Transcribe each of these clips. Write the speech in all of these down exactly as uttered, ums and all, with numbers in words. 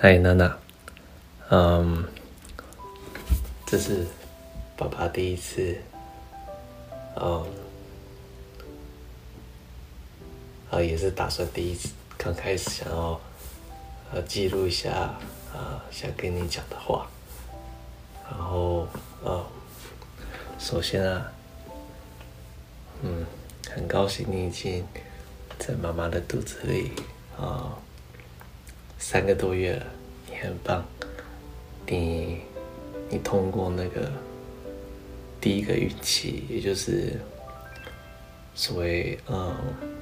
嗨，娜娜，嗯，这是爸爸第一次，嗯，啊，也是打算第一次刚开始想要，呃，记录一下啊，想跟你讲的话。然后，嗯，首先啊，嗯，很高兴你已经在妈妈的肚子里啊三个多月了，你很棒，你你通过那个第一个孕期，也就是所谓嗯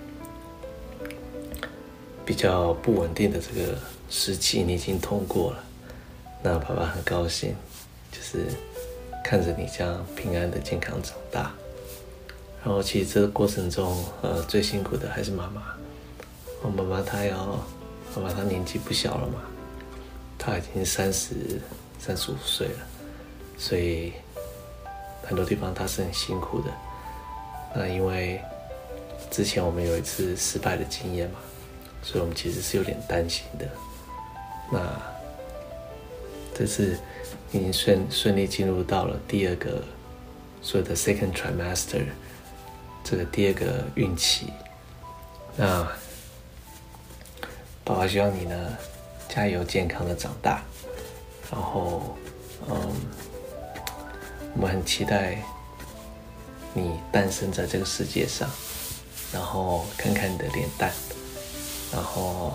比较不稳定的这个时期，你已经通过了。那爸爸很高兴，就是看着你这样平安的健康长大。然后其实这个过程中，呃，最辛苦的还是妈妈。我妈妈她要，妈妈她年纪不小了嘛，她已经三十三十五岁了，所以很多地方她是很辛苦的。那因为之前我们有一次失败的经验嘛，所以我们其实是有点担心的。那这次已经顺顺利进入到了第二个所谓的 second trimester， 这个第二个孕期。那爸爸希望你呢加油健康的长大，然后嗯，我们很期待你诞生在这个世界上，然后看看你的脸蛋，然后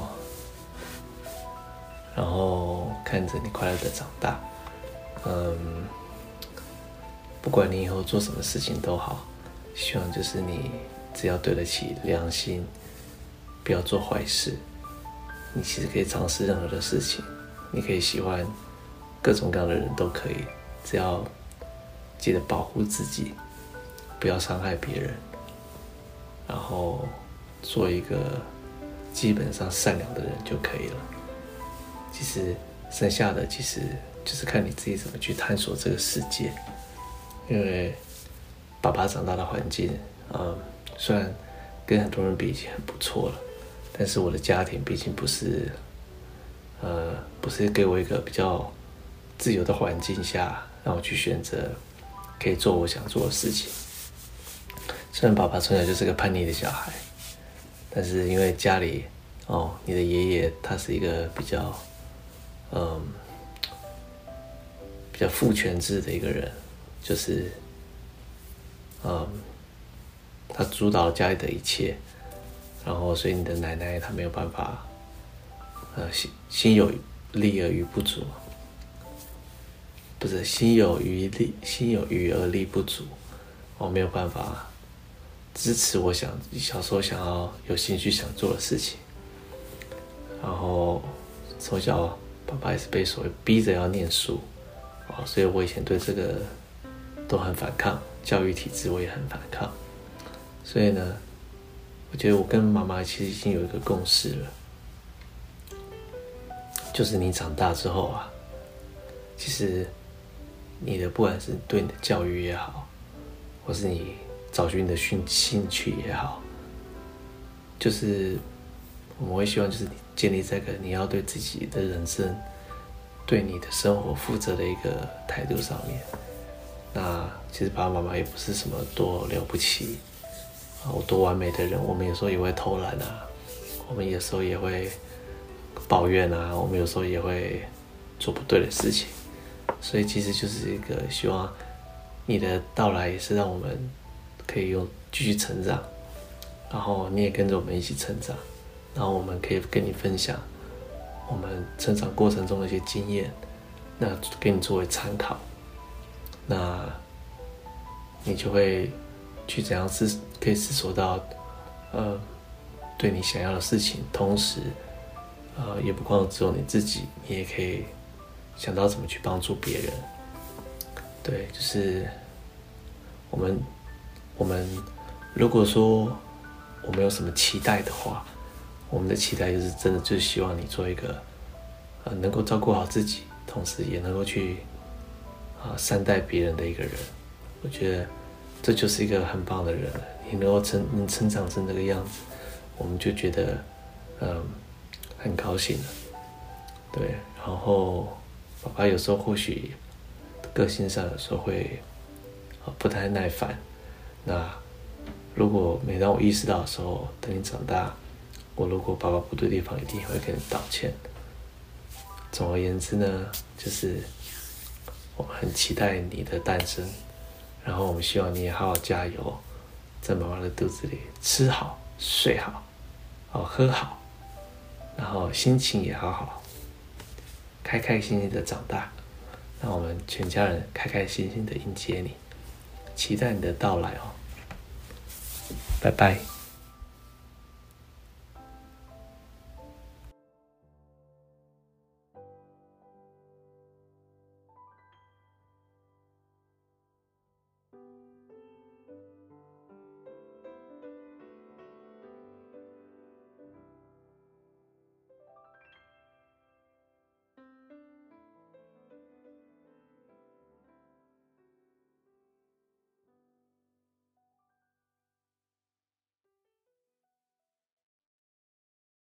然后看着你快乐的长大。嗯，不管你以后做什么事情都好，希望就是你只要对得起良心，不要做坏事。你其实可以尝试任何的事情，你可以喜欢各种各样的人都可以，只要记得保护自己，不要伤害别人，然后做一个基本上善良的人就可以了。其实剩下的其实就是看你自己怎么去探索这个世界。因为爸爸长大的环境，嗯，虽然跟很多人比已经很不错了，但是我的家庭毕竟不是，呃，不是给我一个比较自由的环境下，让我去选择可以做我想做的事情。虽然爸爸从小就是个叛逆的小孩，但是因为家里，哦，你的爷爷他是一个比较，嗯，比较父权制的一个人，就是，嗯，他主导家里的一切。然后，所以你的奶奶她没有办法，呃，心心有力而力不足，不是心有余力，心有余而力不足，我没有办法支持我想小时候想要有兴趣想做的事情。然后从小爸爸也是被所谓逼着要念书，哦，所以我以前对这个都很反抗，教育体制我也很反抗。所以呢，我觉得我跟妈妈其实已经有一个共识了，就是你长大之后啊，其实你的不管是对你的教育也好，或是你找寻你的兴兴趣也好，就是我们会希望就是你建立在一个你要对自己的人生、对你的生活负责的一个态度上面。那其实爸爸妈妈也不是什么多了不起我多完美的人，我们有时候也会偷懒啊，我们有时候也会抱怨啊，我们有时候也会做不对的事情。所以其实就是一个希望你的到来也是让我们可以用继续成长，然后你也跟着我们一起成长，然后我们可以跟你分享我们成长过程中的一些经验，那给你作为参考。那你就会去怎样思可以思索到，呃，对你想要的事情，同时，呃，也不光只有你自己，你也可以想到怎么去帮助别人。对，就是我们我们如果说我们有什么期待的话，我们的期待就是真的就是希望你做一个，呃，能够照顾好自己，同时也能够去啊、呃、善待别人的一个人。我觉得这就是一个很棒的人了。你能够成能成长成这个样子，我们就觉得嗯很高兴了。 对，然后爸爸有时候或许个性上有时候会不太耐烦，那如果每当我意识到的时候，等你长大，我如果爸爸不对地方，一定会跟你道歉。总而言之呢，就是我们很期待你的诞生，然后我们希望你也好好加油，在妈妈的肚子里吃好、睡好、哦喝好，然后心情也好好，开开心心的长大。让我们全家人开开心心的迎接你，期待你的到来哦。拜拜。